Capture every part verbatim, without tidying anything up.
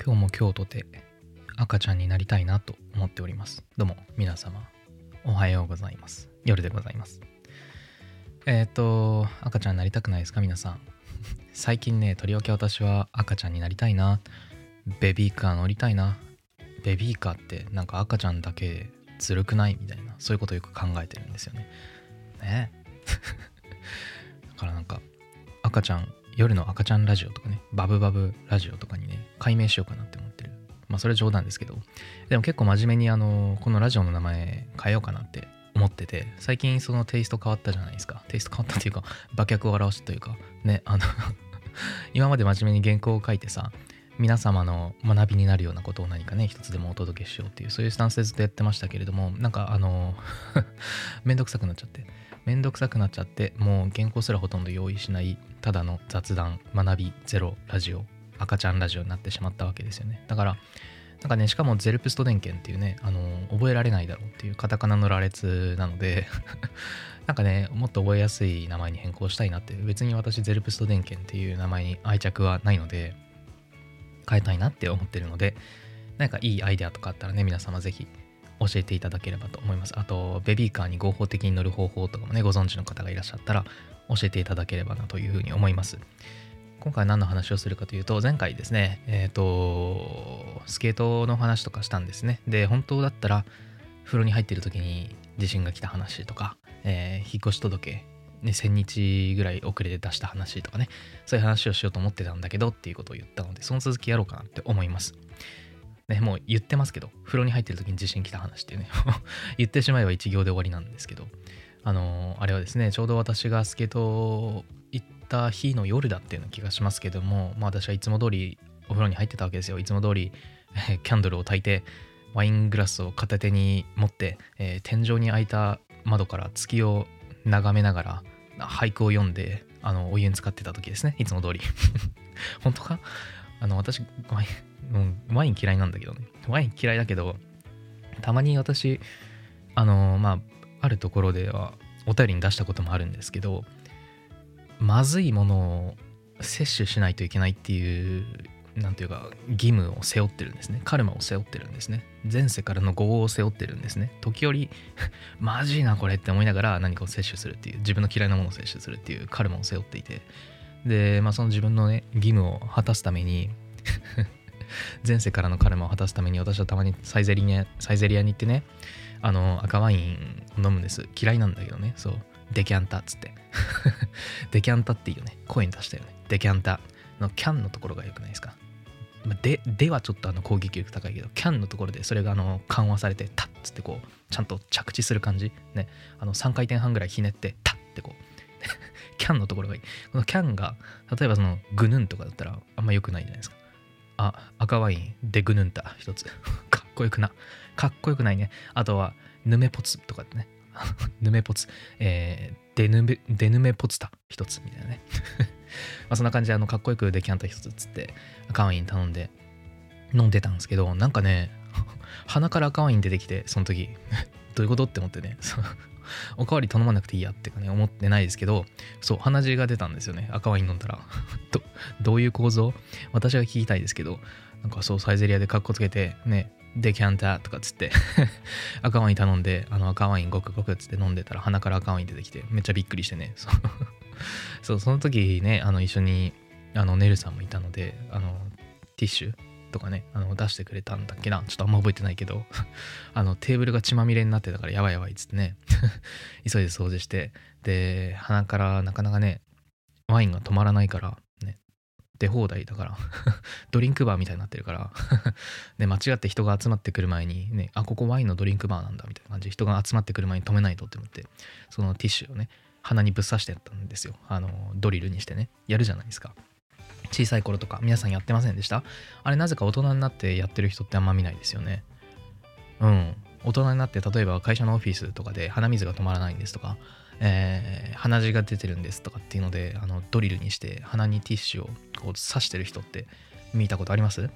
今日も今日とて赤ちゃんになりたいなと思っております。どうも皆様おはようございます。夜でございます。えっ、ー、と赤ちゃんになりたくないですか皆さん。最近ね、とりわけ私は赤ちゃんになりたいな、ベビーカー乗りたいな、ベビーカーってなんか赤ちゃんだけずるくないみたいな、そういうことをよく考えてるんですよね。ねだからなんか赤ちゃん夜の赤ちゃんラジオとかね、バブバブラジオとかにね、改名しようかなって思ってる。まあそれ冗談ですけど、でも結構真面目にあのこのラジオの名前変えようかなって思ってて、最近そのテイスト変わったじゃないですか。テイスト変わったっていうか、馬脚を表すというかね、あの今まで真面目に原稿を書いてさ、皆様の学びになるようなことを何かね一つでもお届けしようっていう、そういうスタンスでずっとやってましたけれども、なんかあのめんどくさくなっちゃってめんどくさくなっちゃってもう原稿すらほとんど用意しないただの雑談学びゼロラジオ、赤ちゃんラジオになってしまったわけですよね。だからなんかね、しかもゼルプスト電検っていうね、あの覚えられないだろうっていうカタカナの羅列なのでなんかね、もっと覚えやすい名前に変更したいなって。別に私ゼルプスト電検っていう名前に愛着はないので変えたいなって思ってるので、なんかいいアイデアとかあったらね、皆様ぜひ教えていただければと思います。あとベビーカーに合法的に乗る方法とかもね、ご存知の方がいらっしゃったら教えていただければなというふうに思います。今回何の話をするかというと、前回ですね、えっ、ー、とスケートの話とかしたんですね。で、本当だったら風呂に入ってる時に地震が来た話とか、えー、引っ越し届ね、せんにちぐらい遅れて出した話とかね、そういう話をしようと思ってたんだけどっていうことを言ったので、その続きやろうかなって思います。ね、もう言ってますけど、風呂に入ってる時に地震来た話っていうね言ってしまえば一行で終わりなんですけど、あのー、あれはですね、ちょうど私がスケート行った日の夜だったような気がしますけども、まあ私はいつも通りお風呂に入ってたわけですよ。いつも通り、えー、キャンドルを焚いてワイングラスを片手に持って、えー、天井に開いた窓から月を眺めながら俳句を読んで、あのお湯に浸かってた時ですね、いつも通り本当か、あの私ワイン、うん、ワイン嫌いなんだけどね、ワイン嫌いだけどたまに私あのまああるところではお便りに出したこともあるんですけど、まずいものを摂取しないといけないっていうなんていうか義務を背負ってるんですね。カルマを背負ってるんですね。前世からの業を背負ってるんですね。時折マジなこれって思いながら何かを摂取するっていう、自分の嫌いなものを摂取するっていうカルマを背負っていて、でまあその自分のね義務を果たすために前世からのカルマを果たすために私はたまにサイゼリアサイゼリアに行ってね、あの赤ワインを飲むんです。嫌いなんだけどね、そうデキャンタっつってデキャンタっていいよね、声に出したよね。デキャンタのキャンのところが良くないですか。で、ではちょっとあの攻撃力高いけど、キャンのところでそれがあの緩和されて、タッつってこう、ちゃんと着地する感じ。ね。あのさんかいてんはんぐらいひねって、タッってこう、キャンのところがいい。このキャンが、例えばそのグヌンとかだったらあんま良くないじゃないですか。あ、赤ワイン、デグヌンタ一つ。かっこよくな。かっこよくないね。あとは、ヌメポツとかね。ヌメポツ。えー、デヌメ、デヌメポツタ一つみたいなね。まあそんな感じであのかっこよくデキャンタ一つっつって赤ワイン頼んで飲んでたんですけど、なんかね鼻から赤ワイン出てきて、その時どういうことって思ってねおかわり頼まなくていいやってかね思ってないですけど、そう鼻血が出たんですよね、赤ワイン飲んだらど, どういう構造、私が聞きたいですけど、なんかそうサイゼリアでカッコつけてね、デキャンタとかっつって赤ワイン頼んで、あの赤ワインゴクゴクっつって飲んでたら鼻から赤ワイン出てきてめっちゃびっくりしてね、そうそうその時ね、あの一緒にあのネルさんもいたので、あのティッシュとかねあの出してくれたんだっけな、ちょっとあんま覚えてないけどあのテーブルが血まみれになってたからやばいやばいっつってね急いで掃除して、で鼻からなかなかねワインが止まらないからね、出放題だからドリンクバーみたいになってるからで間違って人が集まってくる前にね、あここワインのドリンクバーなんだみたいな感じで人が集まってくる前に止めないとって思って、そのティッシュをね鼻にぶっ刺してやったんですよ。あのドリルにしてねやるじゃないですか。小さい頃とか皆さんやってませんでした？あれなぜか大人になってやってる人ってあんま見ないですよね。うん。大人になって例えば会社のオフィスとかで鼻水が止まらないんですとか、えー、鼻血が出てるんですとかっていうので、あのドリルにして鼻にティッシュをこう刺してる人って見たことあります？うん。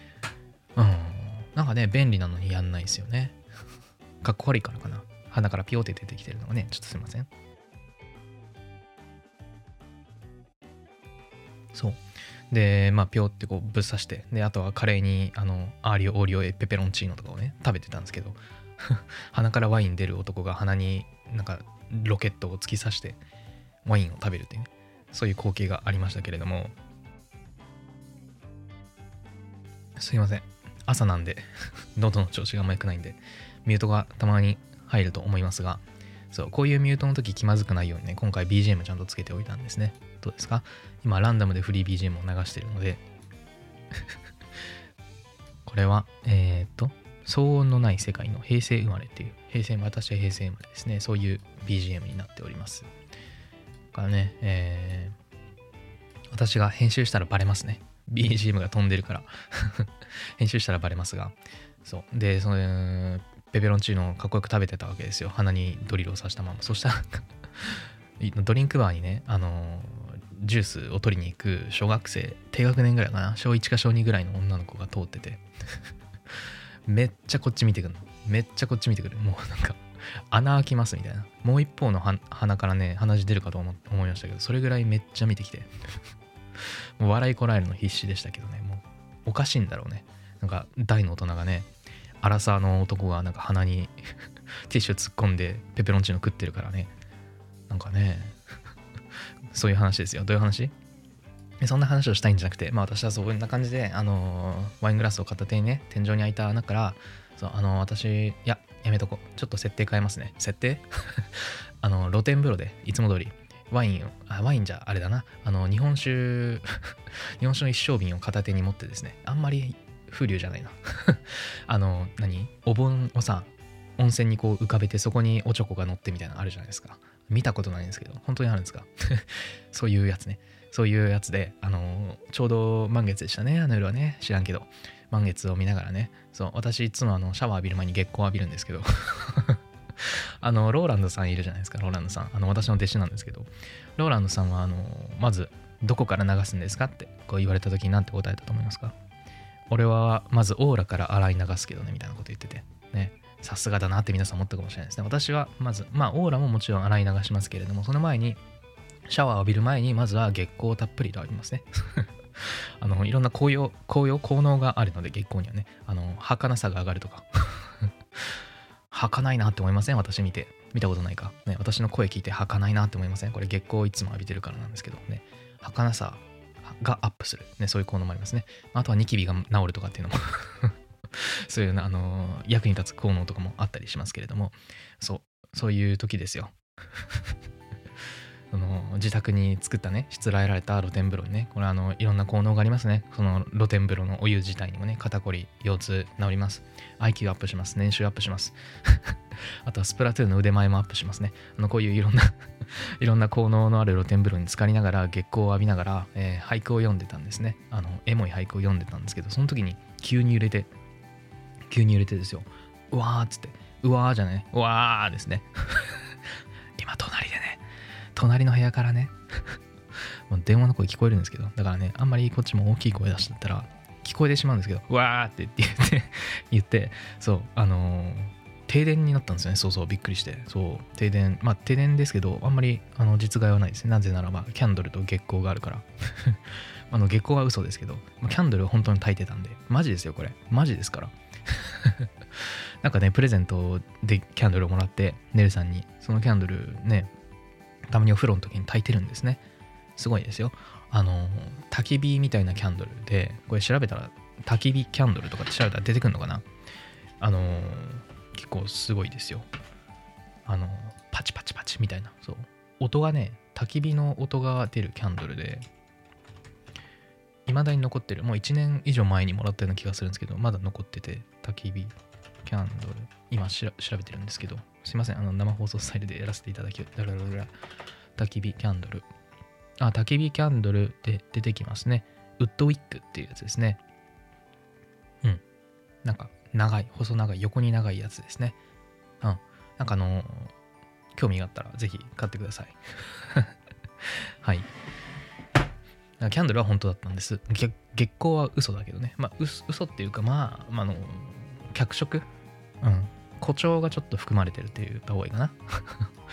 なんかね便利なのにやんないですよね。かっこ悪いからかな。鼻からピヨって出てきてるのがね、ちょっとすいません。 そうでまあピョってこうぶっ刺して、であとはカレーにあのアーリオオーリオエペペロンチーノとかをね食べてたんですけど鼻からワイン出る男が鼻になんかロケットを突き刺してワインを食べるっていう、ね、そういう光景がありましたけれども、すいません朝なんで喉の調子があんま良くないんでミュートがたまに入ると思いますが、そうこういうミュートの時気まずくないようにね今回 ビージーエム ちゃんとつけておいたんですね。どうですか？今ランダムでフリー ビージーエム を流しているのでこれはえっと騒音のない世界の平成生まれっていう、平成私は平成生まれですね、そういう ビージーエム になっております。だからね、えー、私が編集したらバレますね。ビージーエム が飛んでるから編集したらバレますが、そうでそのペペロンチーノをかっこよく食べてたわけですよ、鼻にドリルを刺したまま。そしたらドリンクバーにね、あのジュースを取りに行く小学生低学年ぐらいかな、小いちか小にぐらいの女の子が通っててめっちゃこっち見てくるの、めっちゃこっち見てくる、もうなんか穴開きますみたいな、もう一方の鼻からね鼻血出るかと思いましたけど、それぐらいめっちゃ見てきてもう笑いこらえるの必死でしたけどね、もうおかしいんだろうね、なんか大の大人がね、アラサーの男がなんか鼻にティッシュ突っ込んでペペロンチーノ食ってるからね、なんかねそういう話ですよ。どういう話？そんな話をしたいんじゃなくて、まあ私はそういうな感じで、あのー、ワイングラスを片手にね、天井に開いた穴から、そう、あのー、私、いや、やめとこう。ちょっと設定変えますね。設定あの、露天風呂で、いつも通り、ワインを、あ、ワインじゃあれだな、あの、日本酒、日本酒の一升瓶を片手に持ってですね、あんまり風流じゃないな。あの、何？お盆をさ、温泉にこう浮かべてそこにおちょこが乗ってみたいなのあるじゃないですか。見たことないんですけど、本当にあるんですかそういうやつね。そういうやつで、あのー、ちょうど満月でしたね、あの夜はね、知らんけど。満月を見ながらね、そう、私いつもあのシャワー浴びる前に月光を浴びるんですけど、あの、ローランドさんいるじゃないですか、ローランドさん。あの、私の弟子なんですけど、ローランドさんは、あのー、まず、どこから流すんですかってこう言われた時に何て答えたと思いますか？俺はまずオーラから洗い流すけどね、みたいなこと言ってて、ね。さすがだなって皆さん思ったかもしれないですね。私はまず、まあオーラももちろん洗い流しますけれども、その前にシャワーを浴びる前にまずは月光をたっぷりと浴びますね。あのいろんな紅葉、紅葉、効能があるので月光にはね、あの儚さが上がるとか。儚いなって思いません？私見て。見たことないか。ね、私の声聞いて儚いなって思いません？これ月光をいつも浴びてるからなんですけどね。儚さがアップする。ね、そういう効能もありますね。あとはニキビが治るとかっていうのもそういうあの役に立つ効能とかもあったりしますけれども、そうそういう時ですよ。その自宅に作ったね、しつらえられた露天風呂にね、これあのいろんな効能がありますね。その露天風呂のお湯自体にもね、肩こり、腰痛治ります。アイキュー アップします。年収アップします。あとはスプラトゥーンの腕前もアップしますね。あのこういういろんないろんな効能のある露天風呂に浸かりながら月光を浴びながら、えー、俳句を読んでたんですね。あのエモい俳句を読んでたんですけど、その時に急に揺れて急に揺れてですよ。うわーっつって、うわーじゃないうわーですね。今隣でね、隣の部屋からね、もう電話の声聞こえるんですけど、だからね、あんまりこっちも大きい声出してたら聞こえてしまうんですけど、うわーって言って言って、そう、あのー、停電になったんですよね。そうそう、びっくりして。そう、停電、まあ停電ですけど、あんまりあの実害はないですね。なぜならば、キャンドルと月光があるから。あの月光は嘘ですけど、キャンドルを本当に焚いてたんで、マジですよ、これ。マジですから。なんかね、プレゼントでキャンドルをもらって、ネルさんに、そのキャンドルね、たまにお風呂の時に焚いてるんですね。すごいですよ。あの、焚き火みたいなキャンドルで、これ調べたら、焚き火キャンドルとかって調べたら出てくるのかな？あの、結構すごいですよ。あの、パチパチパチみたいな、そう。音がね、焚き火の音が出るキャンドルで、未だに残ってる。もういちねん以上前にもらったような気がするんですけど、まだ残ってて、焚き火キャンドル。今しら調べてるんですけど、すいません、あの生放送スタイルでやらせていただき、だらだらだら焚き火キャンドル。あ、焚き火キャンドルで出てきますね。ウッドウィックっていうやつですね。うん。なんか長い、細長い、横に長いやつですね。うん。なんかあのー、興味があったらぜひ買ってください。はい。キャンドルは本当だったんです。月光は嘘だけどね。まあ、嘘っていうか、まあ、まあ、あの、脚色、うん。誇張がちょっと含まれてるって言った方がいいかな。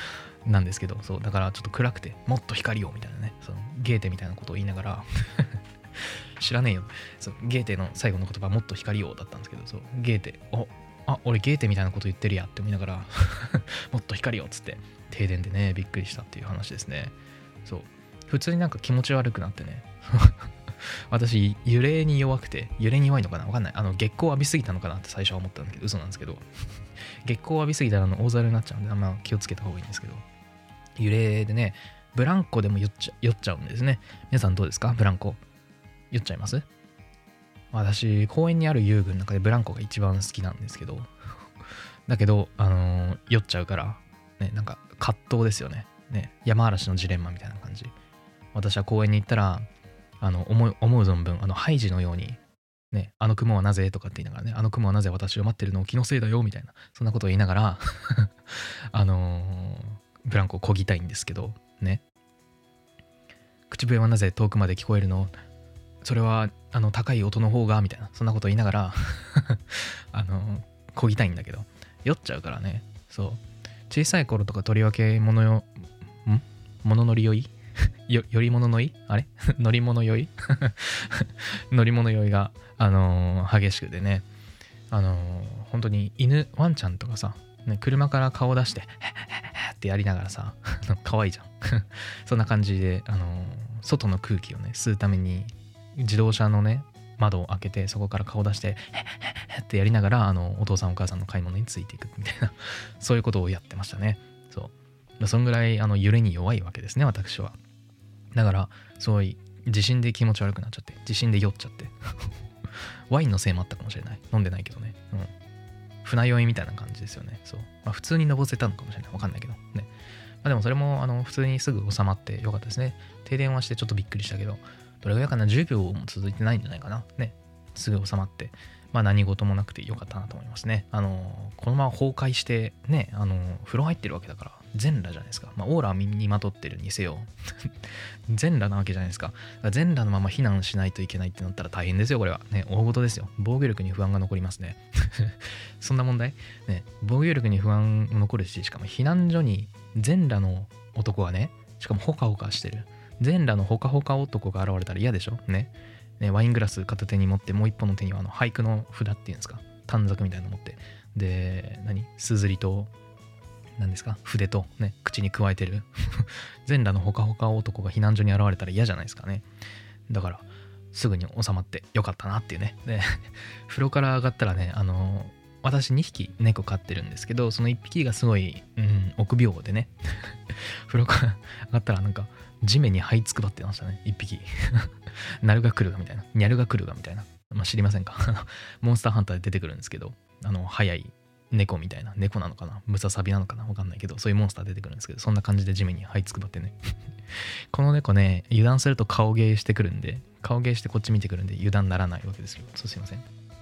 なんですけど、そうだからちょっと暗くてもっと光をみたいなね、そのゲーテみたいなことを言いながら知らねえよ、そうゲーテの最後の言葉もっと光をだったんですけど、そうゲーテ、おあ俺ゲーテみたいなこと言ってるやって思いながらもっと光をっつって停電でねびっくりしたっていう話ですね。そう普通になんか気持ち悪くなってね私揺れに弱くて、揺れに弱いのかなわかんない、あの月光浴びすぎたのかなって最初は思ったんだけど嘘なんですけど月光浴びすぎたらあの大猿になっちゃうんであんま気をつけた方がいいんですけど、揺れでねブランコでも酔っちゃ酔っちゃうんですね。皆さんどうですか？ブランコ酔っちゃいます？私公園にある遊具の中でブランコが一番好きなんですけどだけどあのー酔っちゃうからね、なんか葛藤ですよね。ね、山嵐のジレンマみたいな感じ。私は公園に行ったらあの思う思う存分あのハイジのようにね、あの雲はなぜとかって言いながらね、あの雲はなぜ私を待ってるの気のせいだよみたいな、そんなことを言いながらあのー、ブランコを漕ぎたいんですけどね、口笛はなぜ遠くまで聞こえるの、それはあの高い音の方がみたいな、そんなことを言いながらあのー、漕ぎたいんだけど酔っちゃうからね。そう小さい頃とかとりわけ物よん物乗り酔いよより物のいあれ乗り物酔い乗り物酔いが、あのー、激しくてね、あのー、本当に犬ワンちゃんとかさ、ね、車から顔出してってやりながらさ可愛いじゃんそんな感じで、あのー、外の空気をね吸うために自動車のね窓を開けてそこから顔出してってやりながら、あのお父さんお母さんの買い物についていくみたいなそういうことをやってましたね。そうそんぐらいあの揺れに弱いわけですね私は。だからすごい地震で気持ち悪くなっちゃって、地震で酔っちゃってワインのせいもあったかもしれない、飲んでないけどね、うん、船酔いみたいな感じですよね。そう、まあ、普通にのぼせたのかもしれない、わかんないけどね、まあ、でもそれもあの普通にすぐ収まってよかったですね。停電はしてちょっとびっくりしたけど、どれぐらいかな、じゅうびょうも続いてないんじゃないかなね、すぐ収まってまあ何事もなくてよかったなと思いますね。あのこのまま崩壊してね、あの風呂入ってるわけだから全裸じゃないですか。まあオーラは身にまとってるにせよ全裸なわけじゃないですか。全裸のまま避難しないといけないってなったら大変ですよこれはね。大事ですよ。防御力に不安が残りますねそんな問題ね、防御力に不安残るし、しかも避難所に全裸の男がね、しかもホカホカしてる全裸のホカホカ男が現れたら嫌でしょね。ね、ワイングラス片手に持って、もう一本の手にはあの俳句の札っていうんですか、短冊みたいなの持って、で何すずりと何ですか筆とね口に加えてる全裸のホカホカ男が避難所に現れたら嫌じゃないですかね。だからすぐに収まってよかったなっていうね。で風呂から上がったらね、あの私にひき猫飼ってるんですけど、そのいっぴきがすごい、うん、臆病でね風呂から上がったらなんか地面に這いつくばってましたね、いっぴきナルが来るがみたいな、ニャルが来るがみたいな、まあ、知りませんかモンスターハンターで出てくるんですけど、あの速い猫みたいな、猫なのかなムササビなのかなわかんないけど、そういうモンスター出てくるんですけど、そんな感じで地面に這いつくばってねこの猫ね、油断すると顔芸してくるんで、顔芸してこっち見てくるんで油断ならないわけですよ。そうすいません。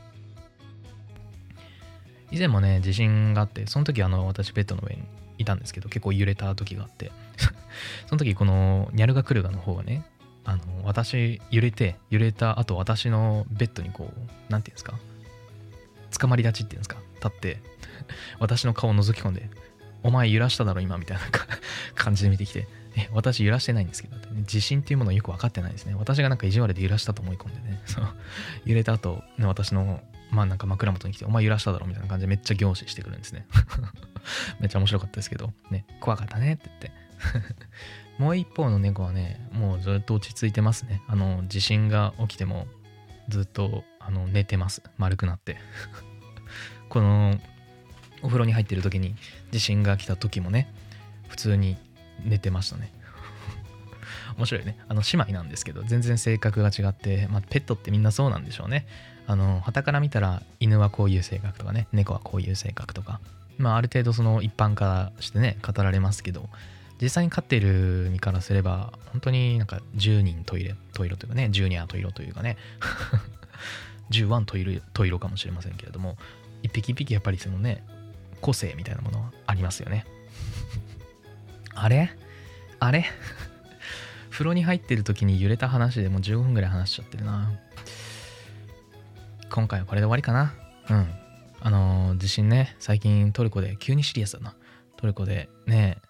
以前もね地震があって、その時あの私ベッドの上にいたんですけど、結構揺れた時があってその時このニャルガクルガの方がね、あの私揺れて揺れた後私のベッドにこうなんていうんですか、捕まり立ちっていうんですか、立って私の顔を覗き込んで、お前揺らしただろ今みたいな感じで見てきて、え私揺らしてないんですけど、地震っていうものをよく分かってないですね。私がなんか意地悪で揺らしたと思い込んでね、その揺れた後の私のまあなんか枕元に来て、お前揺らしただろみたいな感じでめっちゃ凝視してくるんですねめっちゃ面白かったですけどね、怖かったねって言ってもう一方の猫はね、もうずっと落ち着いてますね。あの地震が起きてもずっとあの寝てます、丸くなってこのお風呂に入ってる時に地震が来た時もね、普通に寝てましたね面白いね。あの姉妹なんですけど全然性格が違って、まあ、ペットってみんなそうなんでしょうね。あの傍から見たら犬はこういう性格とかね、猫はこういう性格とか、まあある程度その一般化してね語られますけど、実際に飼っている身からすれば本当になんかじゅうにんトイレトイレというかね、じゅうにゃトイレというかねじゅういちトイレトイレかもしれませんけれども、一匹一匹やっぱりそのね個性みたいなものはありますよねあれあれ風呂に入ってる時に揺れた話でもうじゅうごふんぐらい話しちゃってるな。今回はこれで終わりかな。うんあのー、地震ね、最近トルコで急にシリアスだな。トルコでね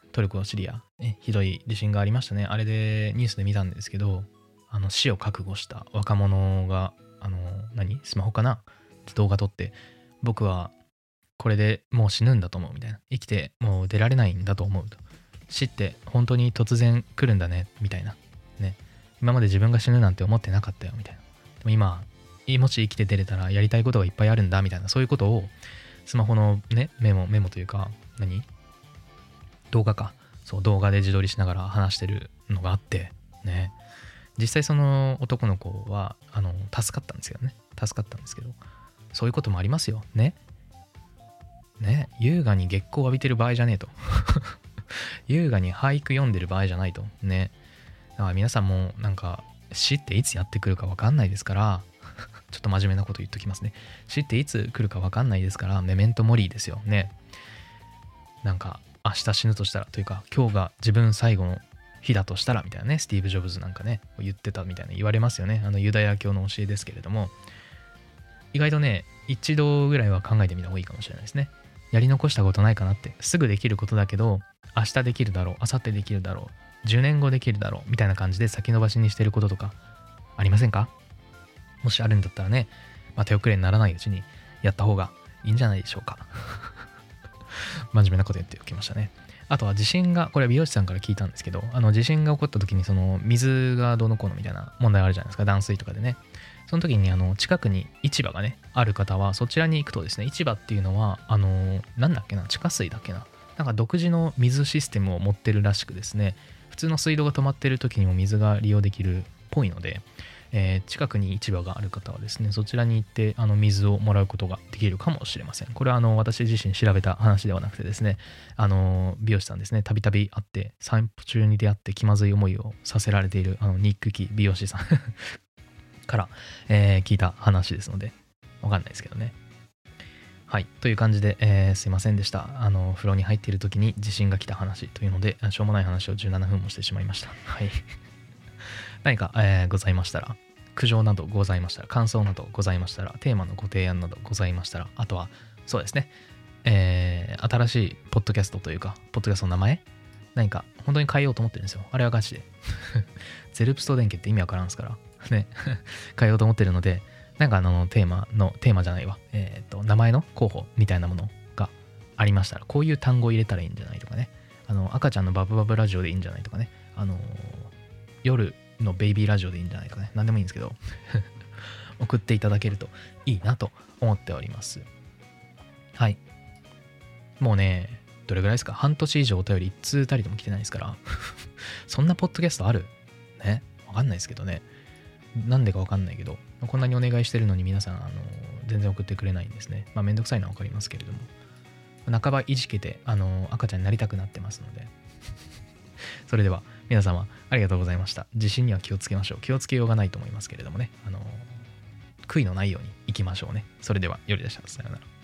トルコ、シリア、ね、ひどい地震がありましたね。あれでニュースで見たんですけど、あの死を覚悟した若者が、あの何スマホかな動画撮って、僕はこれでもう死ぬんだと思うみたいな。生きてもう出られないんだと思うと。死って本当に突然来るんだねみたいな。ね。今まで自分が死ぬなんて思ってなかったよみたいな。でも今、もし生きて出れたらやりたいことがいっぱいあるんだみたいな、そういうことをスマホのね、メモ、メモというか、何動画か。そう、動画で自撮りしながら話してるのがあって、ね。実際その男の子は、あの、助かったんですけどね。助かったんですけど、そういうこともありますよ。ね。ね。優雅に月光を浴びてる場合じゃねえと。優雅に俳句読んでる場合じゃないと。ね。だから皆さんもなんか、死っていつやってくるか分かんないですから、ちょっと真面目なこと言っときますね。死っていつ来るか分かんないですから、メメントモリーですよね。なんか、明日死ぬとしたら、というか、今日が自分最後の日だとしたら、みたいなね、スティーブ・ジョブズなんかね、言ってたみたいな言われますよね。あのユダヤ教の教えですけれども、意外とね、一度ぐらいは考えてみた方がいいかもしれないですね。やり残したことないかなって、すぐできることだけど、明日できるだろう、明後日できるだろう、じゅうねんごできるだろう、みたいな感じで先延ばしにしてることとか、ありませんか？もしあるんだったらね、まあ、手遅れにならないうちにやった方がいいんじゃないでしょうか。真面目なこと言っておきましたね。あとは地震が、これは美容師さんから聞いたんですけど、あの地震が起こった時にその水がどうのこうのみたいな問題あるじゃないですか、断水とかでね。その時にあの近くに市場がね、ある方はそちらに行くとですね、市場っていうのは、あの、なんだっけな、地下水だっけな。なんか独自の水システムを持ってるらしくですね、普通の水道が止まってる時にも水が利用できるっぽいので、えー、近くに市場がある方はですね、そちらに行ってあの水をもらうことができるかもしれません。これはあの私自身調べた話ではなくてですね、あの美容師さんですね、たびたび会って散歩中に出会って気まずい思いをさせられているあのニックキー美容師さんから、えー、聞いた話ですので、わかんないですけどね。はい。という感じで、えー、すいませんでした。あの、風呂に入っている時に地震が来た話というので、しょうもない話をじゅうななふんもしてしまいました。はい。何か、えー、ございましたら、苦情などございましたら、感想などございましたら、テーマのご提案などございましたら、あとは、そうですね、えー、新しいポッドキャストというか、ポッドキャストの名前何か、本当に変えようと思ってるんですよ。あれはガチで。ゼルプスト電気って意味わからんすから。ね。変えようと思ってるので、なんかあの、テーマの、テーマじゃないわ。えっと、名前の候補みたいなものがありましたら、こういう単語を入れたらいいんじゃないとかね。あの、赤ちゃんのバブバブラジオでいいんじゃないとかね。あの、夜、のベイビーラジオでいいんじゃないかね。何でもいいんですけど送っていただけるといいなと思っております。はい。もうね、どれぐらいですか？半年以上お便り一通たりとも来てないですからそんなポッドキャストある？ね。わかんないですけどね。なんでかわかんないけど、こんなにお願いしてるのに皆さん、あの、全然送ってくれないんですね。まあめんどくさいのはわかりますけれども。半ばいじけて、あの、赤ちゃんになりたくなってますのでそれでは皆様ありがとうございました。地震には気をつけましょう。気をつけようがないと思いますけれどもね。あの、悔いのないように行きましょうね。それでは、よりでした。さようなら。